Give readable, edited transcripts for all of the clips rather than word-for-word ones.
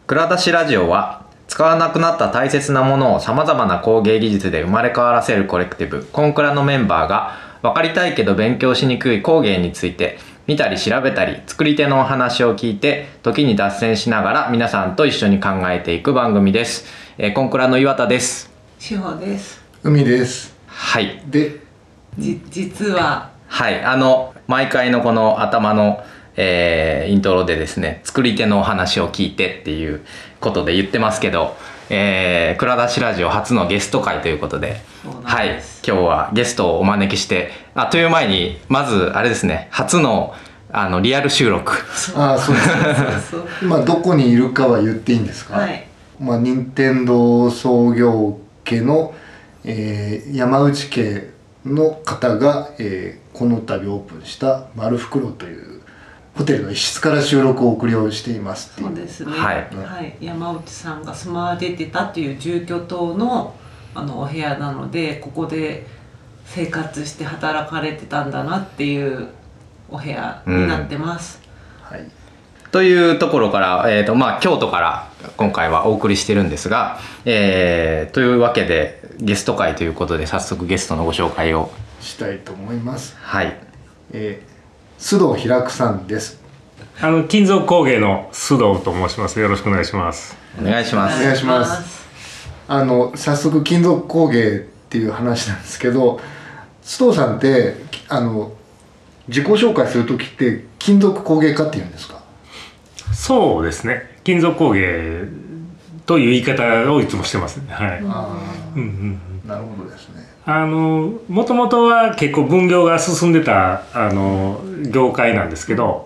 蔵出しラジオは使わなくなった大切なものをさまざまな工芸技術で生まれ変わらせるコレクティブコンクラのメンバーが分かりたいけど勉強しにくい工芸について見たり調べたり作り手のお話を聞いて時に脱線しながら皆さんと一緒に考えていく番組です。コンクラの岩田です。 志保です。 海です。 はい。 で、 実ははい毎回のこの頭のイントロでですね、作り手のお話を聞いてっていうことで言ってますけど、蔵出しラジオ初のゲスト会ということで、はい、今日はゲストをお招きして、という前にまずあれですね、初のリアル収録。 そうです今どこにいるかは言っていいんですか？はい。任天堂創業家の、山内家の方が、この度オープンした丸袋というホテルの一室から収録をお送りをしていますっていう。 そうですね。 はい。 はい、山内さんが住まわれてたっていう住居棟のお部屋なので、ここで生活して働かれてたんだなっていうお部屋になってます。 はい。 というところから、京都から今回はお送りしてるんですが、というわけでゲスト会ということで早速ゲストのご紹介をしたいと思います。 はい。 須藤平久さんです。 金属工芸の須藤と申します。よろしくお願いします。 お願いします。 お願いします。早速金属工芸っていう話なんですけど、須藤さんって自己紹介する時って金属工芸家っていうんですか？ そうですね。金属工芸という言い方をいつもしてますね。はい。 なるほどですね。 もともとは結構分業が進んでた業界なんですけど、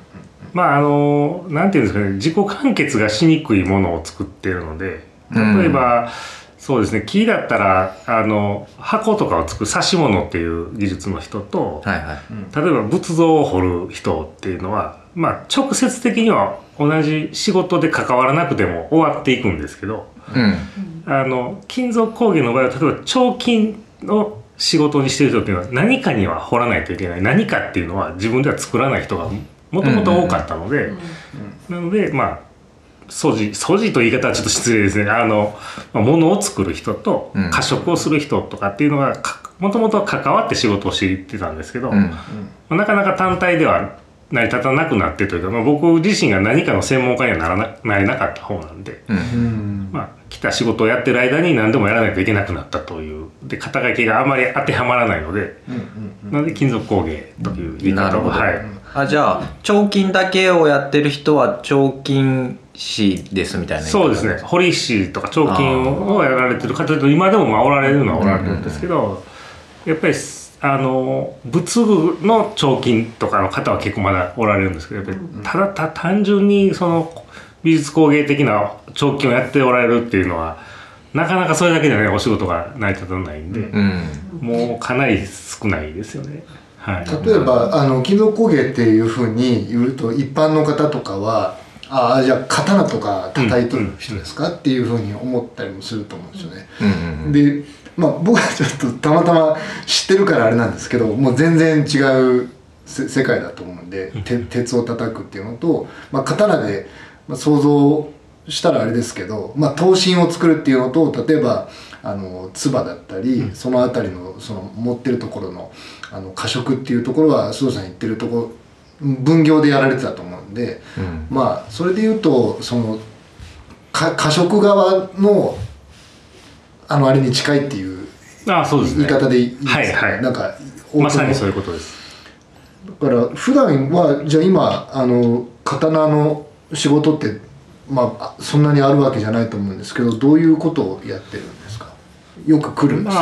なんていうんですかね、自己完結がしにくいものを作っているので、例えば、そうですね、木だったら箱とかを作る指物っていう技術の人と、例えば仏像を彫る人っていうのは、直接的には同じ仕事で関わらなくても終わっていくんですけど、金属工芸の場合は例えば彫金の仕事にしてる人っていうのは何かには彫らないといけない、何かっていうのは自分では作らない人がもともと多かったので、なので素地という言い方はちょっと失礼ですね。物を作る人と加色をする人とかっていうのがもともと関わって仕事をしていってたんですけど、なかなか単体では成り立たなくなってというか、僕自身が何かの専門家にはなれなかった方なんで、来た仕事をやってる間に何でもやらないといけなくなったという。で、肩書きがあまり当てはまらないので、なので金属工芸という言い方を。 はい。じゃあ彫金だけをやってる人は彫金師ですみたいな。 そうですね。彫り師とか彫金をやられてる方と今でもおられるのはおられるんですけど、やっぱり仏具の彫金とかの方は結構まだおられるんですけど、やっぱり単純にその美術工芸的な彫金をやっておられるっていうのはなかなかそれだけでねお仕事が成り立たないんで、もうかなり少ないですよね。はい、 例えば金属工芸っていうふうに言うと一般の方とかはじゃあ刀とか叩いてる人ですかっていうふうに思ったりもすると思うんですよね。で、僕はちょっとたまたま知ってるからあれなんですけど、もう全然違う世界だと思うんで、鉄を叩くっていうのと、刀で、想像したらあれですけど、刀身を作るっていうのと、例えば唾だったり、そのあたりのその持ってるところの加色っていうところは須藤さん言ってるところ分業でやられてたと思うんで、それで言うとその加色側のあれに近いっていう言い方でいいですかね。なんかまさにそういうことです。 だから普段はじゃあ今刀の仕事ってそんなにあるわけじゃないと思うんですけど、どういうことをやってるんですか？よく来るんです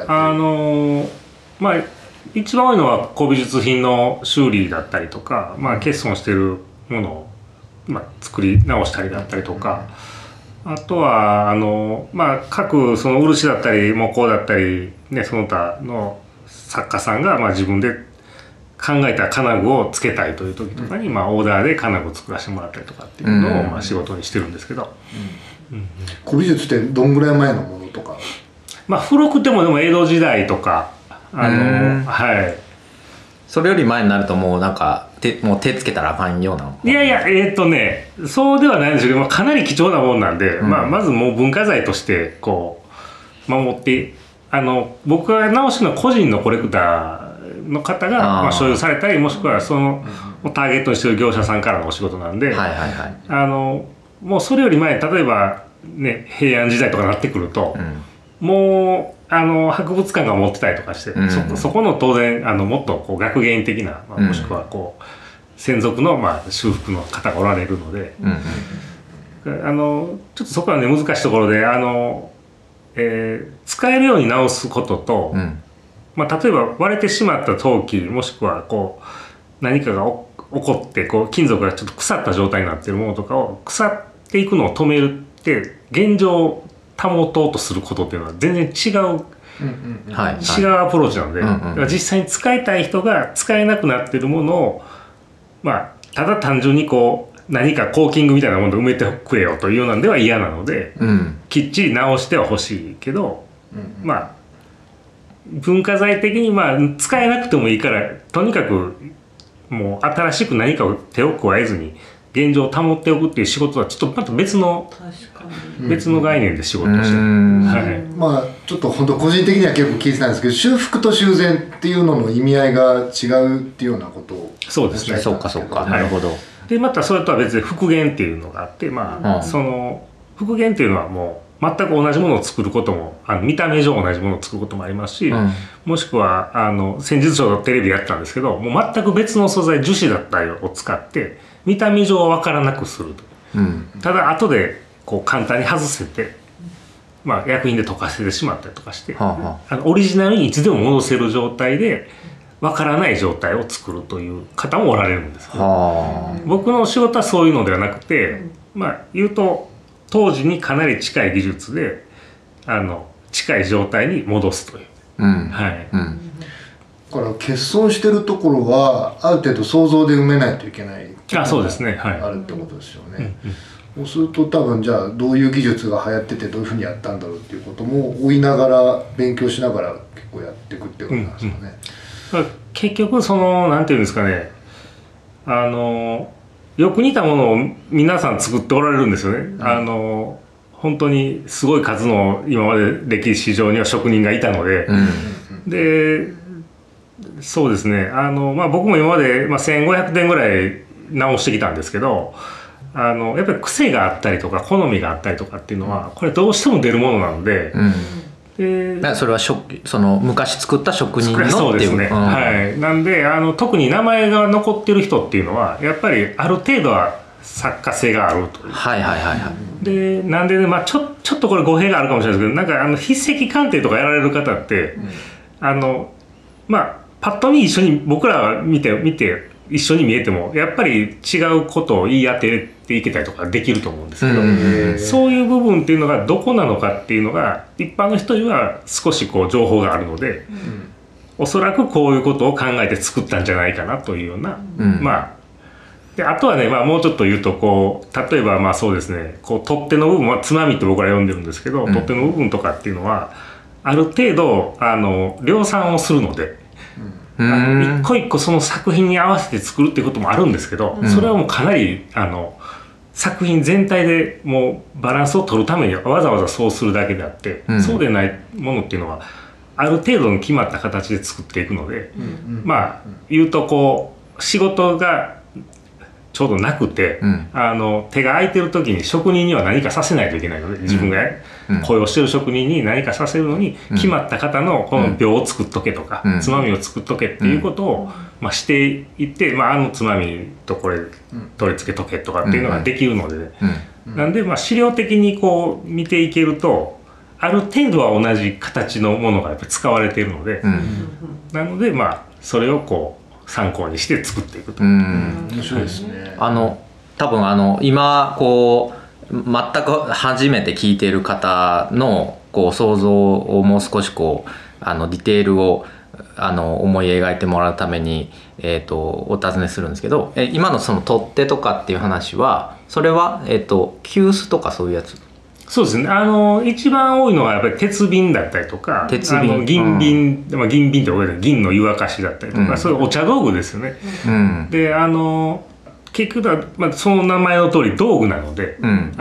か？ 一番多いのは古美術品の修理だったりとか、欠損しているものを、作り直したりだったりとか、あとは各その漆だったり木工だったり、その他の作家さんが自分で考えた金具をつけたいという時とかに、オーダーで金具を作らせてもらったりとかっていうのを仕事にしてるんですけど、 古美術ってどんぐらい前のものとか？ 古くてもでも江戸時代とかはいそれより前になるともうなんかもう手つけたらあかんような。 いやいやそうではないんですけど、かなり貴重なもんなんで、まずもう文化財としてこう守って、僕が直してるのは個人のコレクターの方が所有されたり、もしくはそのターゲットにしてる業者さんからのお仕事なんで、もうそれより前、例えばね平安時代とかになってくると、もう博物館が持ってたりとかして、そこの当然もっとこう学芸的な、もしくはこう専属の修復の方がおられるので、ちょっとそこはね難しいところで使えるように直すことと、例えば割れてしまった陶器、もしくはこう何かが起こってこう金属がちょっと腐った状態になっているものとかを腐っていくのを止めるって現状を保とうとすることっていうのは全然違うアプローチなので、実際に使いたい人が使えなくなっているものをただ単純にこう何かコーキングみたいなもので埋めてくれよというようなんでは嫌なので、きっちり直してはほしいけど、文化財的に使えなくてもいいからとにかくもう新しく何かを手を加えずに現状を保っておくっていう仕事はちょっとまた別の概念で仕事をしてる。 ちょっと本当個人的には結構聞いてたんですけど、修復と修繕っていうのの意味合いが違うっていうようなことをそうですね。 そうかなるほど。 でまたそれとは別で復元っていうのがあって、その復元っていうのはもう全く同じものを作ることも見た目上同じものを作ることもありますし、もしくは先日ちょうどテレビやったんですけど、もう全く別の素材樹脂だったりを使って見た目上は分からなくすると、ただ後でこう簡単に外せて、薬品で溶かせてしまったりとかして、オリジナルにいつでも戻せる状態で分からない状態を作るという方もおられるんですけど、僕の仕事はそういうのではなくて、言うと当時にかなり近い技術で近い状態に戻すという。 だから欠損してるところはある程度想像で埋めないといけないそうですね、 あるってことですよね。そうすると多分じゃあどういう技術が流行っててどういうふうにやったんだろうっていうことも追いながら勉強しながら結構やっていくっていうことなんですかね。 結局そのなんていうんですかね、よく似たものを皆さん作っておられるんですよね。本当にすごい数の今まで歴史上には職人がいたので、でそうですね、僕も今まで、1500点ぐらい直してきたんですけど、やっぱり癖があったりとか好みがあったりとかっていうのはこれどうしても出るものなので、 それはその昔作った職人のそうですね、なんで特に名前が残ってる人っていうのはやっぱりある程度は作家性があるという。でなんでね、ちょっとこれ語弊があるかもしれないですけど、なんか筆跡鑑定とかやられる方って、パッと見一緒に僕らが見て一緒に見えてもやっぱり違うことを言い当てていけたりとかできると思うんですけど、そういう部分っていうのがどこなのかっていうのが一般の人には少しこう情報があるので、おそらくこういうことを考えて作ったんじゃないかなというような、であとはね、もうちょっと言うとこう例えばそうですね、こう取っ手の部分はつまみって僕ら呼んでるんですけど、取っ手の部分とかっていうのはある程度量産をするので。一個一個その作品に合わせて作るっていうこともあるんですけど、それはもうかなり作品全体でもうバランスを取るためにわざわざそうするだけであって、そうでないものっていうのはある程度の決まった形で作っていくので、言うとこう仕事がちょうどなくて、手が空いてる時に職人には何かさせないといけないので、自分が雇用してる職人に何かさせるのに決まった方のこの秒を作っとけとか、つまみを作っとけっていうことを、していって、つまみとこれ取り付けとけとかっていうのができるので、なんで資料的にこう見ていけるとある程度は同じ形のものがやっぱり使われているので、なのでそれをこう参考にして作っていくと。 面白いですね。 多分今こう全く初めて聞いている方のこう想像をもう少しこうディテールを思い描いてもらうために、お尋ねするんですけど、今のその取っ手とかっていう話はそれは急須とかそういうやつ？ そうですね。一番多いのはやっぱり鉄瓶だったりとか、 鉄瓶、 銀瓶、銀瓶って覚えてる銀の湯沸かしだったりとか、そういうお茶道具ですよね。で結局は、その名前の通り道具なので、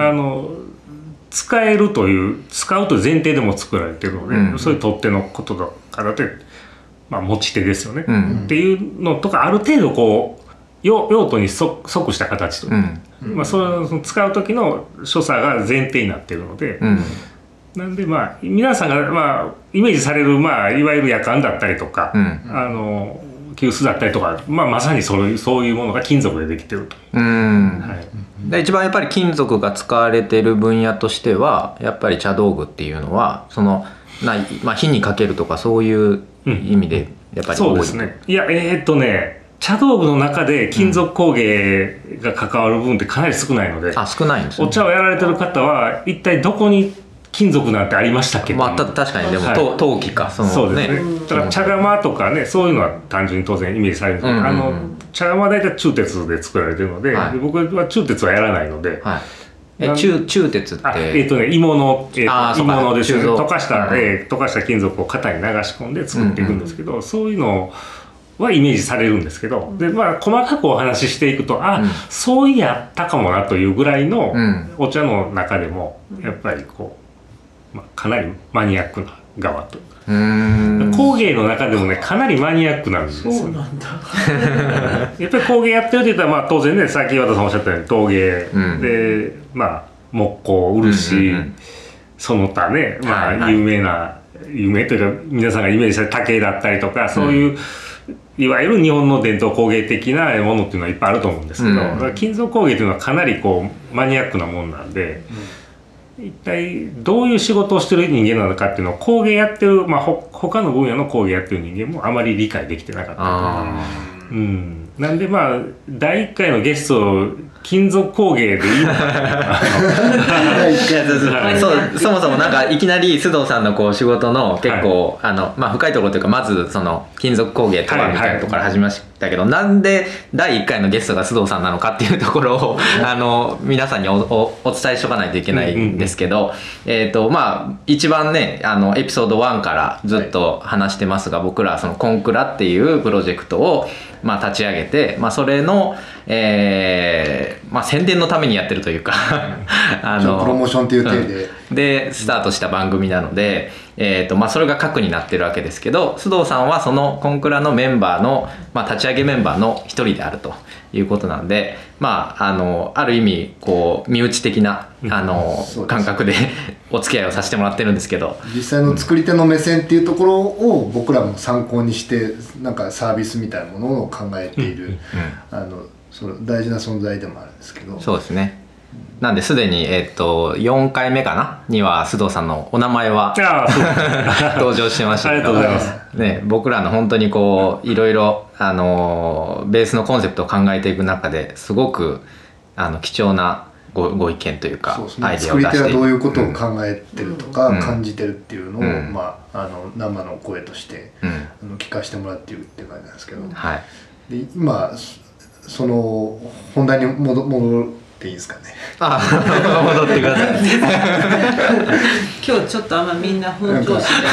使えるという使うという前提でも作られているので、そういう取っ手のこととかだって、持ち手ですよね、っていうのとかある程度こう用途に即した形と、その使う時の所作が前提になっているので、なんで皆さんがイメージされるいわゆるやかんだったりとか、急須だったりとか、まさにそういうものが金属でできてると。 で一番やっぱり金属が使われている分野としてはやっぱり茶道具っていうのは火にかけるとかそういう意味でやっぱり多い、 そうですね。いや茶道具の中で金属工芸が関わる部分ってかなり少ないので、 少ないんですね。 お茶をやられてる方は一体どこに金属なんてありましたっけ？ 確かにでも、陶器かそうですね。だから茶釜とかね、そういうのは単純に当然イメージされるんですけど、茶釜は大体鋳鉄で作られてるので、僕は鋳鉄はやらないので。 鋳鉄って鋳物ですね。溶かした金属を型に流し込んで作っていくんですけど、そういうのはイメージされるんですけど、で細かくお話ししていくとそういやったかもなというぐらいのお茶の中でもやっぱりこう、かなりマニアックな側と工芸の中でもねかなりマニアックなんですよ。 そうなんだやっぱり工芸やってるって言ったら当然ね、さっき和田さんおっしゃったように陶芸で木工漆、その他ね有名というか皆さんがイメージされる竹だったりとか、そういういわゆる日本の伝統工芸的なものっていうのはいっぱいあると思うんですけど、だから金属工芸っていうのはかなりこうマニアックなもんなんで、一体どういう仕事をしてる人間なのかっていうのを工芸やってる、他の分野の工芸やってる人間もあまり理解できてなかった。なんで第1回のゲスト金属工芸でいいのかそもそもいきなり須藤さんのこう仕事の結構、深いところというか、まずその金属工芸とはみたいなところから始めましたけど、なんで第1回のゲストが須藤さんなのかっていうところを皆さんにお伝えしとかないといけないんですけど、一番ねエピソード1からずっと話してますが、僕らそのコンクラっていうプロジェクトを立ち上げて、それの宣伝のためにやってるというかプロモーションっていう体でスタートした番組なので、それが核になってるわけですけど、須藤さんはそのコンクラのメンバーの、立ち上げメンバーの一人であるということなんで、ある意味こう身内的な感覚でお付き合いをさせてもらってるんですけど、 実際の作り手の目線っていうところを僕らも参考にしてサービスみたいなものを考えている、その大事な存在でもあるんですけど。 そうですね。なんですでに、4回目かなには須藤さんのお名前は登場してましたけど、 ありがとうございます、 僕らの本当にこういろいろベースのコンセプトを考えていく中ですごく貴重なご意見というか、アイデアを出して、 作り手はどういうことを考えてるとか、感じてるっていうのを、生の声として、聞かせてもらっているっていう感じなんですけど、で今その本題に戻っていいですかね。 戻ってください。 今日ちょっとあんまみんな本調子で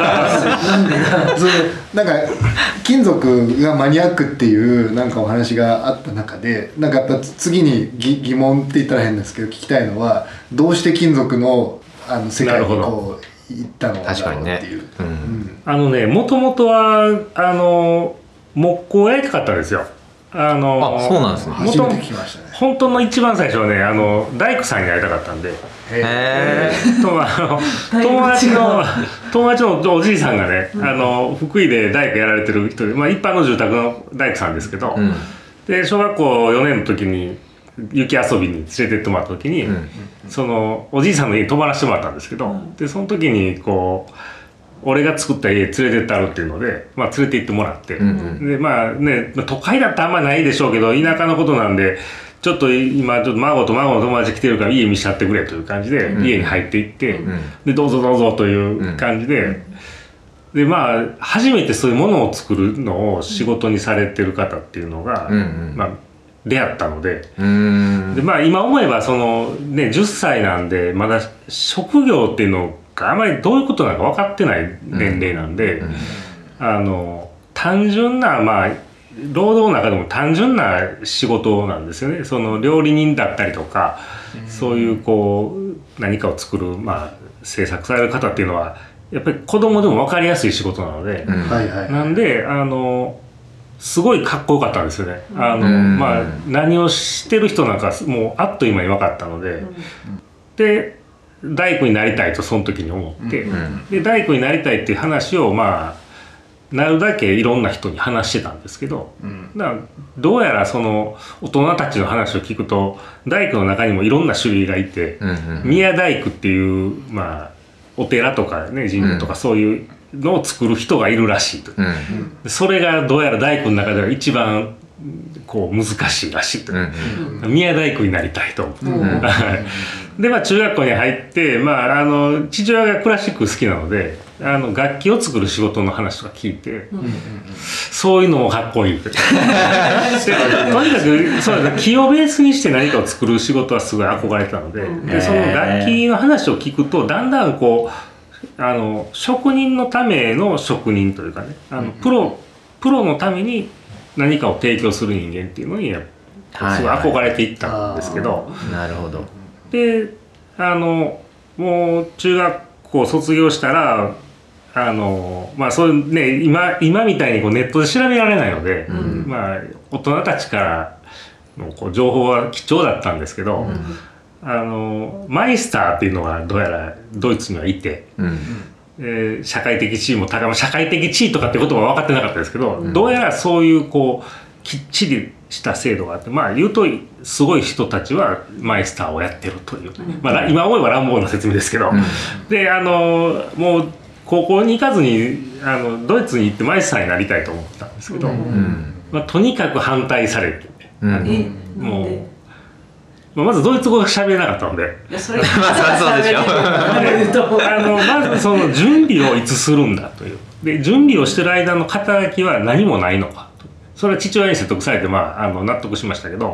金属がマニアックっていうお話があった中で、やっぱ次に疑問って言ったら変ですけど聞きたいのは、どうして金属の世界にこう行ったのだろうっていう。 もともとは木工やりたかったんですよ。 そうなんですね。 初めて聞きましたね。 本当の一番最初はね大工さんになりたかったんで、友達のおじいさんがね、福井で大工やられてる人で、一般の住宅の大工さんですけど、で小学校4年の時に雪遊びに連れてってもらった時に、そのおじいさんの家に泊まらせてもらったんですけど、でその時にこう俺が作った家連れてってあるっていうので、連れて行ってもらって、で都会だったらあんまないでしょうけど田舎のことなんで、ちょっと今孫と孫の友達来てるから家見しちゃってくれという感じで家に入っていって、でどうぞどうぞという感じで、で初めてそういうものを作るのを仕事にされてる方っていうのが、 出会ったので、でまあ今思えばそのね10歳なんでまだ職業っていうのがあまりどういうことなのか分かってない年齢なんで、単純なまあ労働の中でも単純な仕事なんですよね。その料理人だったりとか、そういうこう何かを作るまあ制作される方っていうのはやっぱり子供でも分かりやすい仕事なので、なんですごいかっこよかったんですよね。まあ何をしてる人なんかもうあっという間に分かったので、で大工になりたいとその時に思って、で大工になりたいっていう話をまあなるだけいろんな人に話してたんですけど、だからどうやらその大人たちの話を聞くと大工の中にもいろんな種類がいて、宮大工っていうまあお寺とかね神社とかそういうのを作る人がいるらしいと、それがどうやら大工の中では一番こう難しいらしいと、宮大工になりたいと、でまあ中学校に入って、まあ、父親がクラシック好きなので楽器を作る仕事の話とか聞いて、そういうのもかっこいいとにかくそうです、木をベースにして何かを作る仕事はすごい憧れたので、でその楽器の話を聞くとだんだんこう職人のための職人というかねプロのために何かを提供する人間っていうのにすごい憧れていったんですけど、 なるほど。 でもう中学校卒業したらまあそういうね今みたいにこうネットで調べられないので、まあ大人たちからのこう情報は貴重だったんですけど、マイスターっていうのがどうやらドイツにはいて、社会的地位も高め、社会的地位とかって言葉は分かってなかったですけど、どうやらそういうこうきっちりした制度があって、まあ言うとすごい人たちはマイスターをやってるという、まあ今思えば乱暴な説明ですけど、でもう高校に行かずにドイツに行ってマイスターになりたいと思ったんですけど、まあ、とにかく反対されて、もうまずドイツ語が喋れなかったので、 いやそれまそうでしょまずその準備をいつするんだという、で準備をしてる間の肩書きは何もないのかと、それは父親に説得されて、まあ、納得しましたけど、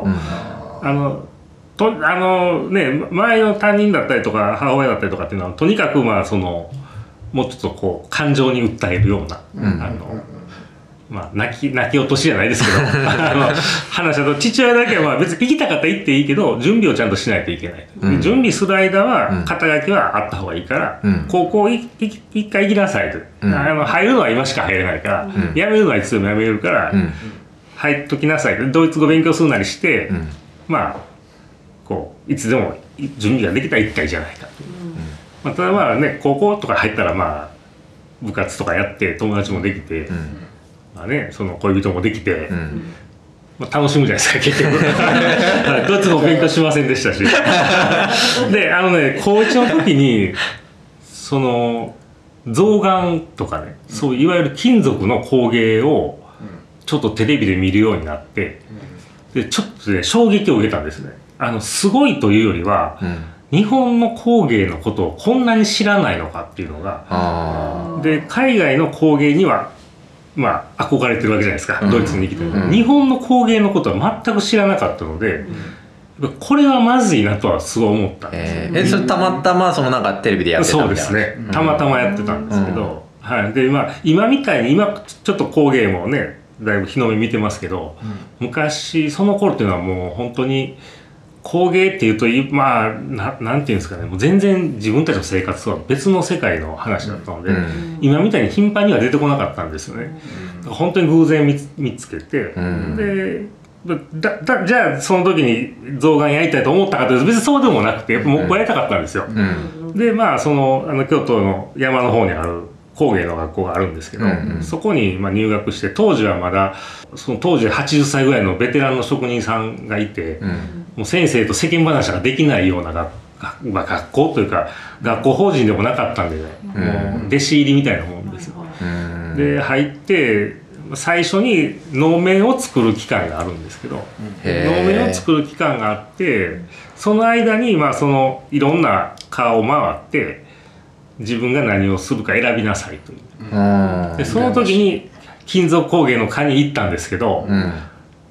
周りの担任だったりとか母親だったりとかっていうのはとにかくまあそのもうちょっとこう感情に訴えるような、まあ、泣き落としじゃないですけど話だと父親だけはまあ別に行きたかったら行っていいけど準備をちゃんとしないといけない、で準備する間は肩書きはあった方がいいから、高校一回行きなさいと、入るのは今しか入れないから、辞めるのはいつでも辞めれるから、入っときなさいと、ドイツ語勉強するなりして、まあこういつでも準備ができたら行ったらいいじゃないかと、まあ、ただまあね高校とか入ったらまあ部活とかやって友達もできて、まあね、その恋人もできて、まあ、楽しむじゃないですか結局どっちも勉強しませんでしたしで高1の時にその象眼とかね、そういわゆる金属の工芸をちょっとテレビで見るようになって、でちょっとね衝撃を受けたんですね。すごいというよりは、日本の工芸のことをこんなに知らないのかっていうのが、で海外の工芸にはまあ憧れてるわけじゃないですか、ドイツに生きてる、日本の工芸のことは全く知らなかったので、これはまずいなとはすごい思ったんです。 それたまたまそのなんかテレビでやってたみたいな。 そうですね、たまたまやってたんですけど、でまあ今みたいに今ちょっと工芸もねだいぶ日の目見てますけど、昔その頃っていうのはもう本当に工芸っていうとまあなんていうんですかね、もう全然自分たちの生活とは別の世界の話だったので、今みたいに頻繁には出てこなかったんですよね。本当に偶然見つけて、でじゃあその時に象眼やりたいと思ったかというと別にそうでもなくて、やっぱもうやりたかったんですよ。でまあその京都の山の方にある工芸の学校があるんですけど、そこにまあ入学して、当時はまだその当時80歳ぐらいのベテランの職人さんがいて、もう先生と世間話ができないような学校というか学校法人でもなかったんでね、もう弟子入りみたいなもんですよ。で入って最初に能面を作る期間があるんですけど、能面を作る期間があって、その間にまあそのいろんな科を回って自分が何をするか選びなさいという、でその時に金属工芸の科に行ったんですけど、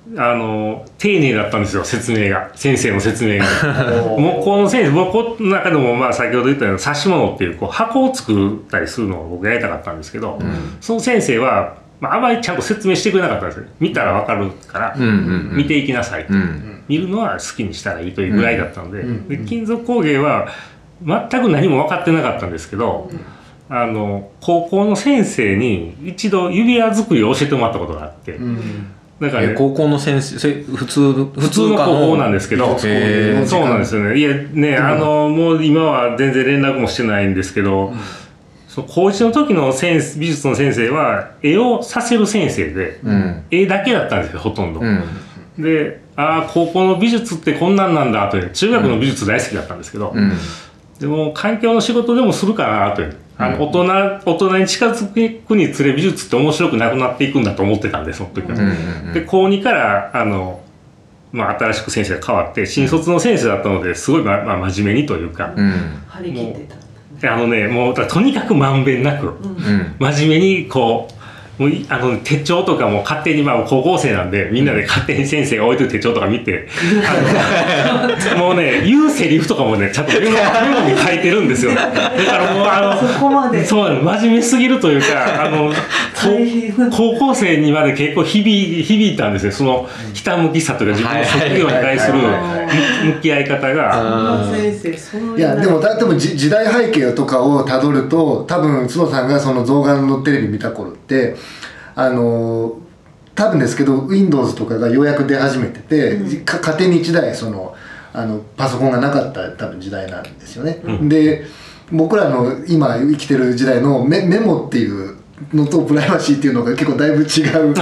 丁寧だったんですよ、説明が。先生の説明が。もうこの先生、僕の中でもまあ先ほど言ったような指物っていう箱を作ったりするのを僕やりたかったんですけど、その先生は、あまりちゃんと説明してくれなかったんですよ。見たらわかるから、見ていきなさいと、見るのは好きにしたらいいというぐらいだったので、で金属工芸は全く何も分かってなかったんですけど、高校の先生に一度指輪作りを教えてもらったことがあって、だからね、 高校の先生、普通の高校なんですけど、そうなんですよね。いやね、もう今は全然連絡もしてないんですけど、高一の時の美術の先生は絵をさせる先生で、絵だけだったんですよ、ほとんど。で、高校の美術ってこんなんなんだという、中学の美術大好きだったんですけど、でも環境の仕事でもするかなという、大人に近づくにつれ美術って面白くなくなっていくんだと思ってたんで、その時は。で、高2から新しく先生が変わって新卒の先生だったので、すごい、真面目にというか、 張り切ってた。 もうとにかくまんべんなく、真面目にこうもう手帳とかも勝手に、高校生なんでみんなで勝手に先生が置いてる手帳とか見てもうね、言うセリフとかもねちゃんとメモに書いてるんですよ。だからもうそこまでそう真面目すぎるというか高校生にまで結構響いたんですよ、そのひたむきさというか自分の職業に対する向き合い方が。 いやでも時代背景とかをたどると、多分須藤さんがその象眼のテレビ見た頃って多分ですけど Windows とかがようやく出始めてて、家庭に1台パソコンがなかった多分時代なんですよね。で僕らの今生きてる時代のメモっていうのとプライバシーっていうのが結構だいぶ違うっていうのも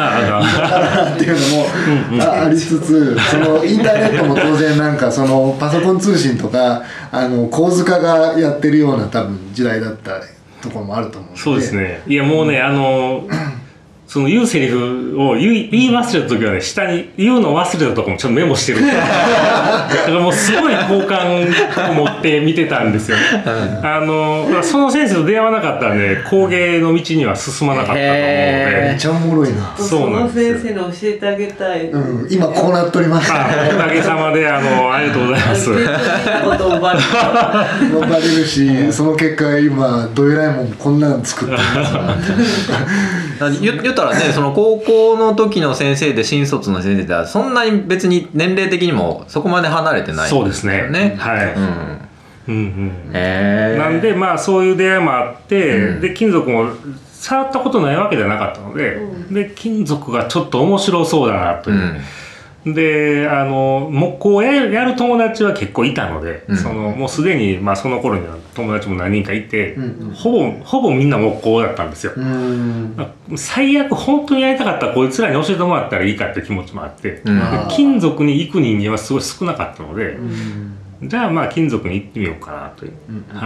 ありつつ、そのインターネットも当然なんかそのパソコン通信とか構図化がやってるような多分時代だったところもあると思うので。 そうですね。いやもうねその言うセリフを言い忘れた時はね、下に言うのを忘れたとこもちょっとメモしてるだからもうすごい好感を持って見てたんですよね。その先生と出会わなかったらね、工芸の道には進まなかったと思うので、 めっちゃおもろいな。 その先生に教えてあげたい。 今こうなっとります。 おかげさまでありがとうございます。 バレるし、その結果今ドエラえもんこんなの作ってるんですよ。 言ったらね、その高校の時の先生で新卒の先生ではそんなに別に年齢的にもそこまで離れてない、 そうですね。はい。なんでそういう出会いもあって、で金属も触ったことないわけじゃなかったので、で金属がちょっと面白そうだなという。で木工をやる友達は結構いたので、もうすでにその頃には友達も何人かいて、ほぼみんな木工だったんですよ。最悪本当にやりたかったらこいつらに教えてもらったらいいかっていう気持ちもあって、金属に行く人間はすごい少なかったので、じゃあ金属に行ってみようかなという。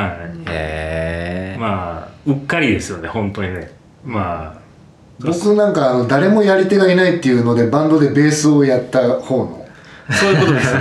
うっかりですよね、本当にね。 僕なんか誰もやり手がいないっていうのでバンドでベースをやった方のそういうことです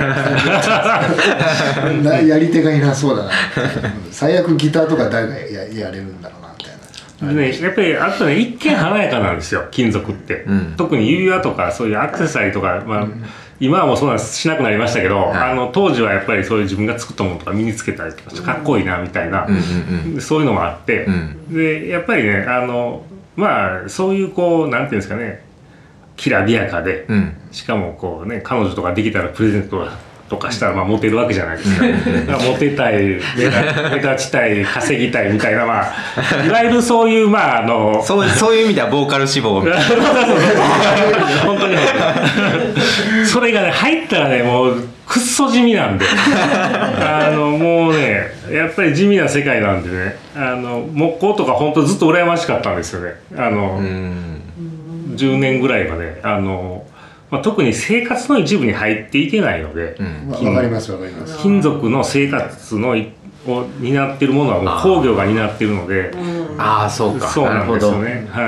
ね。 やり手がいなそうだな最悪ギターとか誰がやれるんだろうなみたいな。 やっぱりあとね、一見華やかなんですよ、金属って、特に指輪とかそういうアクセサリーとか、今はもうそうなんしなくなりましたけど、当時はやっぱりそういう自分が作ったものとか身につけたりとかしてかっこいいなみたいな、そういうのもあって、でやっぱりねそういうなんていうんですかね、きらびやかで、しかも彼女とかできたらプレゼントとかしたらモテるわけじゃないですか。モテたい、目立ちたい、稼ぎたいみたいな、いわゆるそういうそういう意味ではボーカル志望みたいな本当にそれがね入ったらね、もうくっそ地味なんでもうねやっぱり地味な世界なんでね、木工とか本当ずっと羨ましかったんですよね。10年ぐらいまで特に生活の一部に入っていけないので、 わかりますわかります。 金属の生活を担っているものはもう工業が担っているので、 そうか、 そうなんですよね。はい。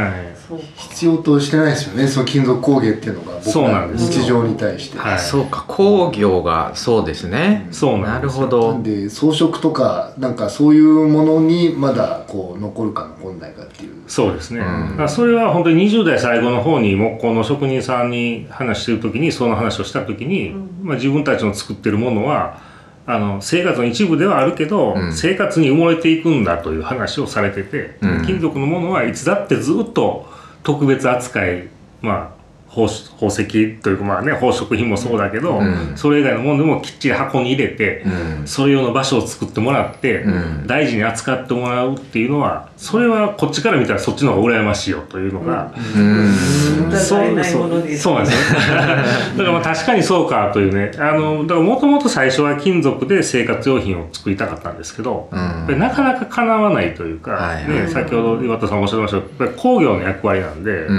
必要としてないですよね、その金属工芸っていうのが僕らの日常に対して。 そうか、工業がそうですね。 そうなんですよ。 なるほど。 で装飾とかなんかそういうものにまだこう残るか残んないかっていう。 そうですね、だからそれは本当に20代最後の方に木工の職人さんに話してる時にその話をした時に、自分たちの作ってるものは生活の一部ではあるけど、生活に埋もれていくんだという話をされてて、金属のものはいつだってずっと特別扱い、宝石というか宝飾品もそうだけど、それ以外のものでもきっちり箱に入れて、それ用の場所を作ってもらって、大事に扱ってもらうっていうのは、それはこっちから見たらそっちの方が羨ましいよというのが、 そうなんですよね。 だから確かにそうかというね、だからもともと最初は金属で生活用品を作りたかったんですけど、なかなか叶わないというか、先ほど岩田さんもおっしゃってましたけど、やっぱり工業の役割なんで、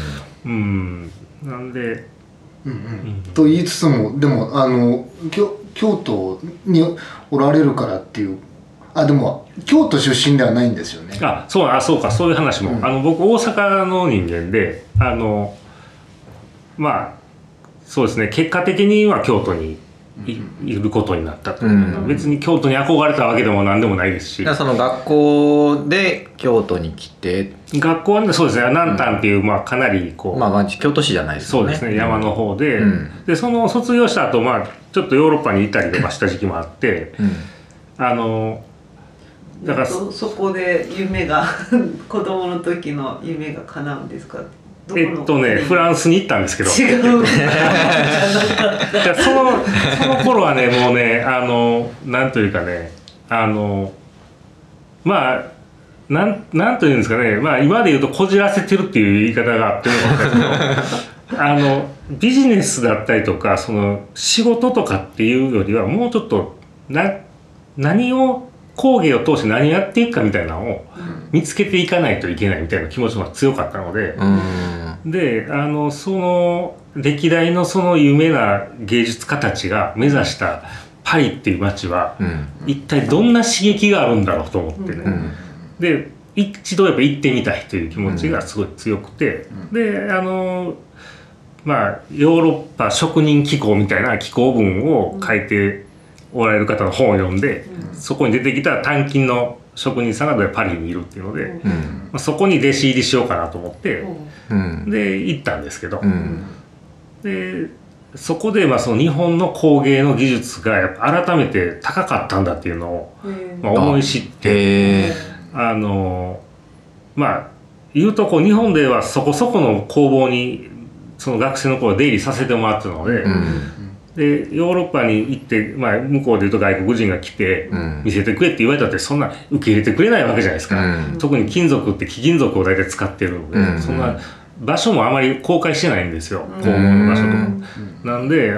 なんで、 と言いつつもでも京都におられるからっていうでも京都出身ではないんですよね。 そうか、そういう話も、僕大阪の人間でそうですね、結果的には京都にいることになったと、別に京都に憧れたわけでも何でもないですし、 その学校で京都に来て、 学校はね、そうですね、南丹っていう、かなりこう、 京都市じゃないですかね。 そうですね、山の方で、でその卒業した後、ちょっとヨーロッパに行ったりとかした時期もあって、 だからそこで夢が子供の時の夢が叶うんですか？ フランスに行ったんですけど、 違うその頃はね、もうね、なんというかね、なんというんですかね、今で言うとこじらせてるっていう言い方があってるのかもしれないですけどビジネスだったりとか、その仕事とかっていうよりは、もうちょっと何を工芸を通して何やっていくかみたいなのを見つけていかないといけないみたいな気持ちが強かったので、でその歴代のその有名な芸術家たちが目指したパリっていう街は、一体どんな刺激があるんだろうと思ってね、で一度やっぱ行ってみたいという気持ちがすごい強くて、でヨーロッパ職人機構みたいな機構文を書いておられる方の本を読んで、そこに出てきた単金の職人さんがパリにいるっていうので、そこに弟子入りしようかなと思って、で行ったんですけど、でそこでその日本の工芸の技術がやっぱ改めて高かったんだっていうのを思い知って、言うとこう日本ではそこそこの工房にその学生の頃出入りさせてもらってたので、でヨーロッパに行って、向こうでいうと外国人が来て見せてくれって言われたってそんな受け入れてくれないわけじゃないですか、特に金属って貴金属を大体使ってるので、そんな場所もあまり公開してないんですよ、工房の場所とか。なんで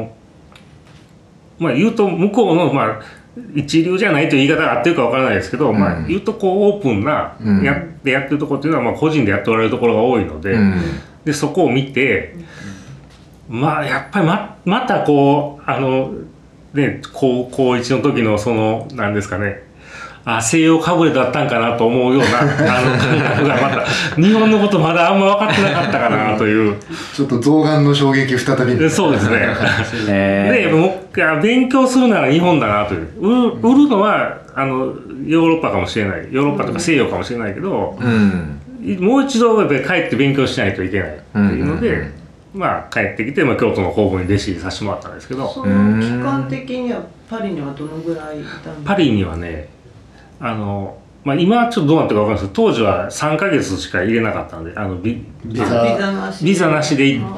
言うと向こうの一流じゃないという言い方が合ってるかわからないですけど、言うとこうオープンなやってるところっていうのは個人でやっておられるところが多いので、でそこを見てやっぱりまたこう高一の時のその何ですかね、西洋かぶれだったんかなと思うような感覚がまた日本のことまだあんま分かってなかったかなというちょっと象眼の衝撃再びそうですねで勉強するなら日本だなという売るのはヨーロッパかもしれない、ヨーロッパとか西洋かもしれないけど、もう一度やっぱり帰って勉強しないといけないっていうので、帰ってきて、京都の工房に弟子入りさせてもらったんですけど、 その期間的にはパリにはどのぐらいいたんですか？ パリにはね今はちょっとどうなってるか分かんないですけど、当時は3ヶ月しか入れなかったのでビザなしで行って、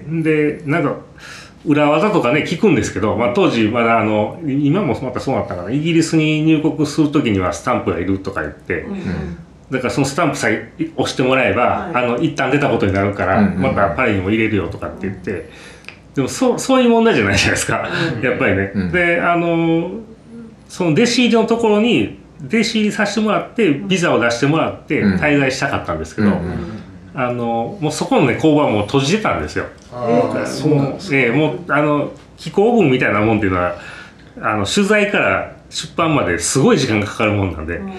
でなんか裏技とかね聞くんですけど、当時まだ今もまたそうなったかな、イギリスに入国する時にはスタンプがいるとか言って、だからそのスタンプさえ押してもらえば、一旦出たことになるから、またパリにも入れるよとかって言って、でもそういう問題じゃないじゃないですか、やっぱりね。でその弟子入りのところに弟子入りさせてもらってビザを出してもらって滞在したかったんですけど、もうそこのね工場はもう閉じてたんですよ。もう寄稿文みたいなもんっていうのは取材から出版まですごい時間がかかるもんなんで、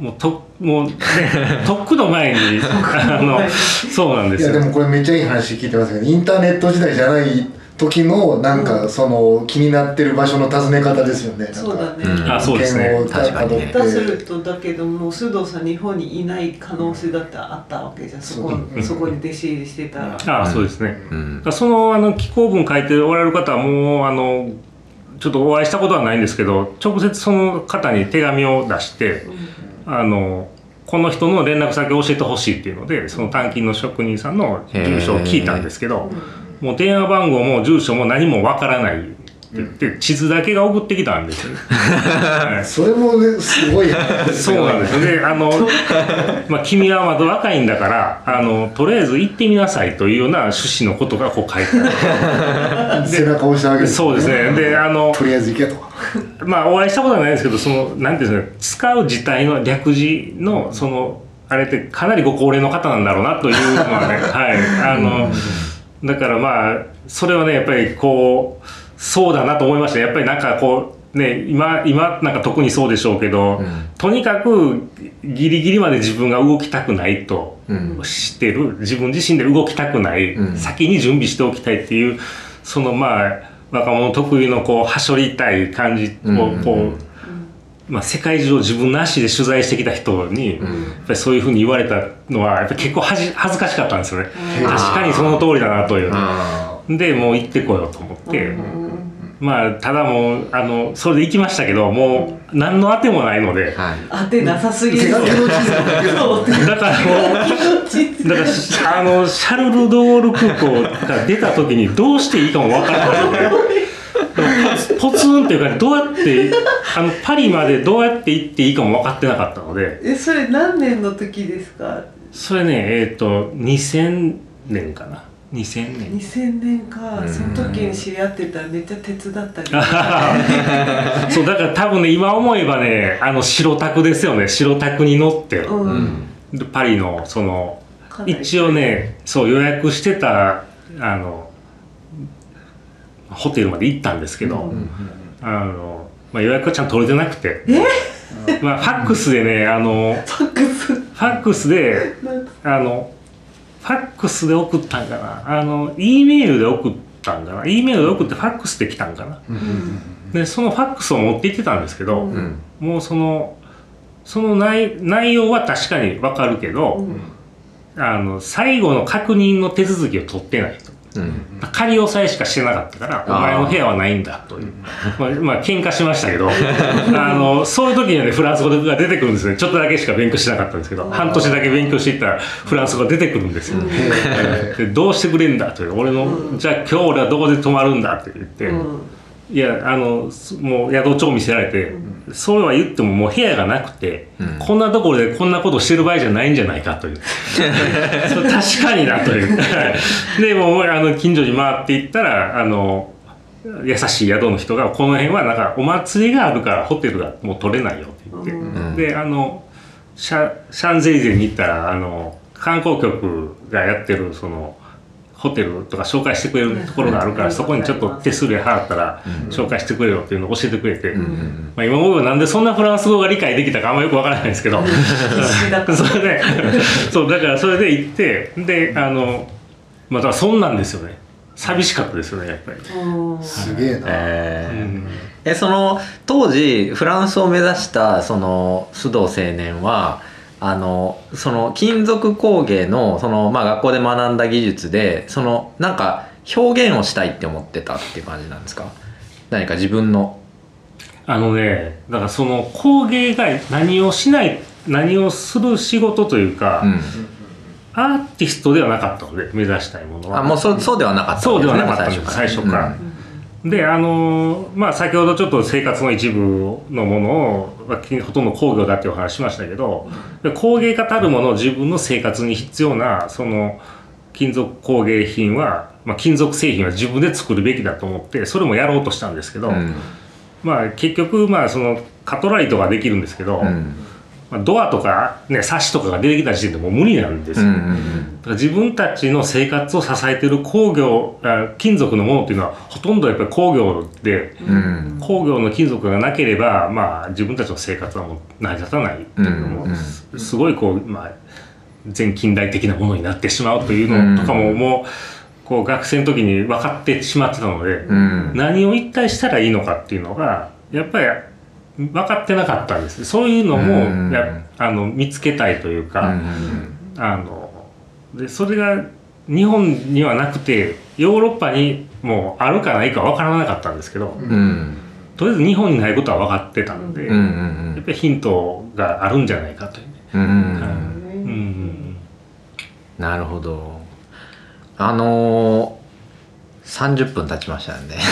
もうねとっくの前にそうなんですよ。 いやでもこれめっちゃいい話聞いてますけど、インターネット時代じゃない時のなんかその気になってる場所の訪ね方ですよね。 そうだね。 あ、そうですね。 確かにね。 だするとだけども須藤さん日本にいない可能性だってあったわけじゃん。そこに弟子入りしてたら。 あ、そうですね。その寄稿文書いておられる方はもうちょっとお会いしたことはないんですけど、直接その方に手紙を出して、この人の連絡先を教えてほしいっていうので、その鍛金の職人さんの住所を聞いたんですけど、もう電話番号も住所も何もわからないって言って地図だけが送ってきたんですよね。 はい、それもねすごいそうなんですね。君はまだ若いんだからとりあえず行ってみなさいというような趣旨のことがこう書いてある。 背中を押してあげる、 そうですね。でとりあえず行けと。 お会いしたことはないですけど、なんていうんですか、使う字体の略字のあれってかなりご高齢の方なんだろうなというのはね、はい、だからそれはねやっぱりそうだなと思いました。やっぱりなんか今なんか特にそうでしょうけど、とにかくギリギリまで自分が動きたくないとしてる、自分自身で動きたくない、先に準備しておきたいっていう若者特有のはしょりたい感じを世界中を自分の足で取材してきた人に、やっぱりそういうふうに言われたのはやっぱり結構恥ずかしかったんですよね。確かにその通りだなという。でもう行ってこようと思って、ただもうそれで行きましたけど、もう何の当てもないので、 当てなさすぎる。 手書きの地図だからシャルル・ドゴール空港から出た時にどうしていいかもわからないので。ポツンっていうか、どうやってパリまでどうやって行っていいかも分かってなかったので。 それ何年の時ですか？ それね2000年かな。2000 年か。その時に知り合ってたらめっちゃ手伝ったりそうだから多分ね今思えばね白タクですよね。白タクに乗って、パリの一応ね予約してたホテルまで行ったんですけど、予約はちゃんと取れてなくて、ファックスでねファックスで送ったんかな、E メールで送ったんかな、E メールで送ってファックスで来たんかな、でそのファックスを持って行ってたんですけど、もうその内容は確かに分かるけど、最後の確認の手続きを取ってないと。仮押さえしかしてなかったからお前の部屋はないんだという喧嘩しましたけどそういう時にはねフランス語が出てくるんですね。ちょっとだけしか勉強してなかったんですけど、半年だけ勉強していったらフランス語が出てくるんですよ。でどうしてくれんだという、じゃあ今日俺はどこで泊まるんだって言って、いやもう宿帳見せられて、そうは言ってももう部屋がなくて、こんなところでこんなことしてる場合じゃないんじゃないかというそれ確かになというでもう近所に回っていったら優しい宿の人が、この辺はなんかお祭りがあるからホテルがもう取れないよって言って、でシャンゼリゼに行ったら観光局がやってるホテルとか紹介してくれるところがあるから、そこにちょっと手数料払ったら紹介してくれよっていうのを教えてくれて、今僕はなんでそんなフランス語が理解できたかあんまよくわからないんですけどそれでだからそれで行って、でだからそんなんですよね。寂しかったですよねやっぱり。 すげえな。 その当時フランスを目指した須藤青年はその金属工芸の学校で学んだ技術でなんか表現をしたいって思ってたっていう感じなんですか？何か自分のだからその工芸が何をする仕事というか、アーティストではなかったので、目指したいものはもうそうではなかった、 そうではなかったんです、最初から。で先ほどちょっと生活の一部のものをほとんど工業だっていうお話しましたけど、工芸家たるものを自分の生活に必要な金属工芸品は、金属製品は自分で作るべきだと思ってそれもやろうとしたんですけど、結局カトラリーとかできるんですけど、 ドアとか、ね、サッシとかが出てきた時点でもう無理なんですよ、だから自分たちの生活を支えている金属のものっていうのはほとんどやっぱり工業で、工業の金属がなければ、まあ、自分たちの生活はもう成り立たないっていうのも、すごいこう、まあ、全近代的なものになってしまうというのとかも、もうこう学生の時に分かってしまってたので、何を一体したらいいのかっていうのがやっぱり分かってなかったんです。そういうのも見つけたいというか、でそれが日本にはなくてヨーロッパにもうあるかないか分からなかったんですけど、とりあえず日本にないことは分かってたので、やっぱりヒントがあるんじゃないかという、 なるほど。30分経ちましたんで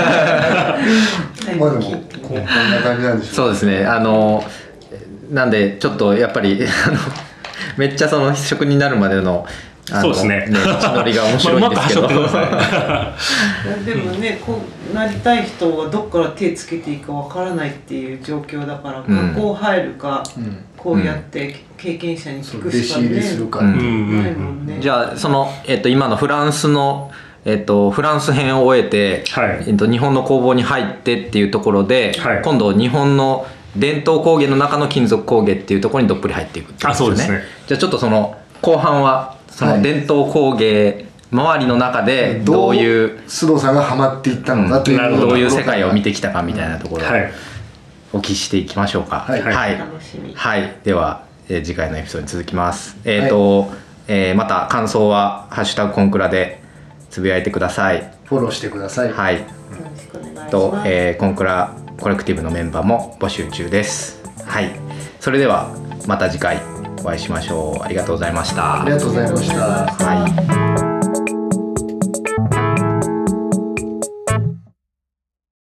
まあでもこんな感じなんでしょう。 そうですね。なんでちょっとやっぱりめっちゃその職人になるまでのそうですね。 道のりが面白いんですけど。 でもね、こうなりたい人はどっから手つけていいかわからないっていう状況だから、学校入るか、こうやって経験者に聞くしかね、ないもんね。 じゃあその今のフランスのフランス編を終えて、日本の工房に入ってっていうところで、今度日本の伝統工芸の中の金属工芸っていうところにどっぷり入っていくっていうことですね。じゃあちょっとその後半はその伝統工芸周りの中でどういう須藤さんがハマっていったのかという、 どういう世界を見てきたかみたいなところをお聞きしていきましょうか。はい、では、次回のエピソードに続きます。また感想はハッシュタグコンクラでつぶやいてください。 フォローしてください。 はい。と、コンクラコレクティブのメンバーも募集中です。はい。それではまた次回お会いしましょう。ありがとうございました。 ありがとうございました。 はい。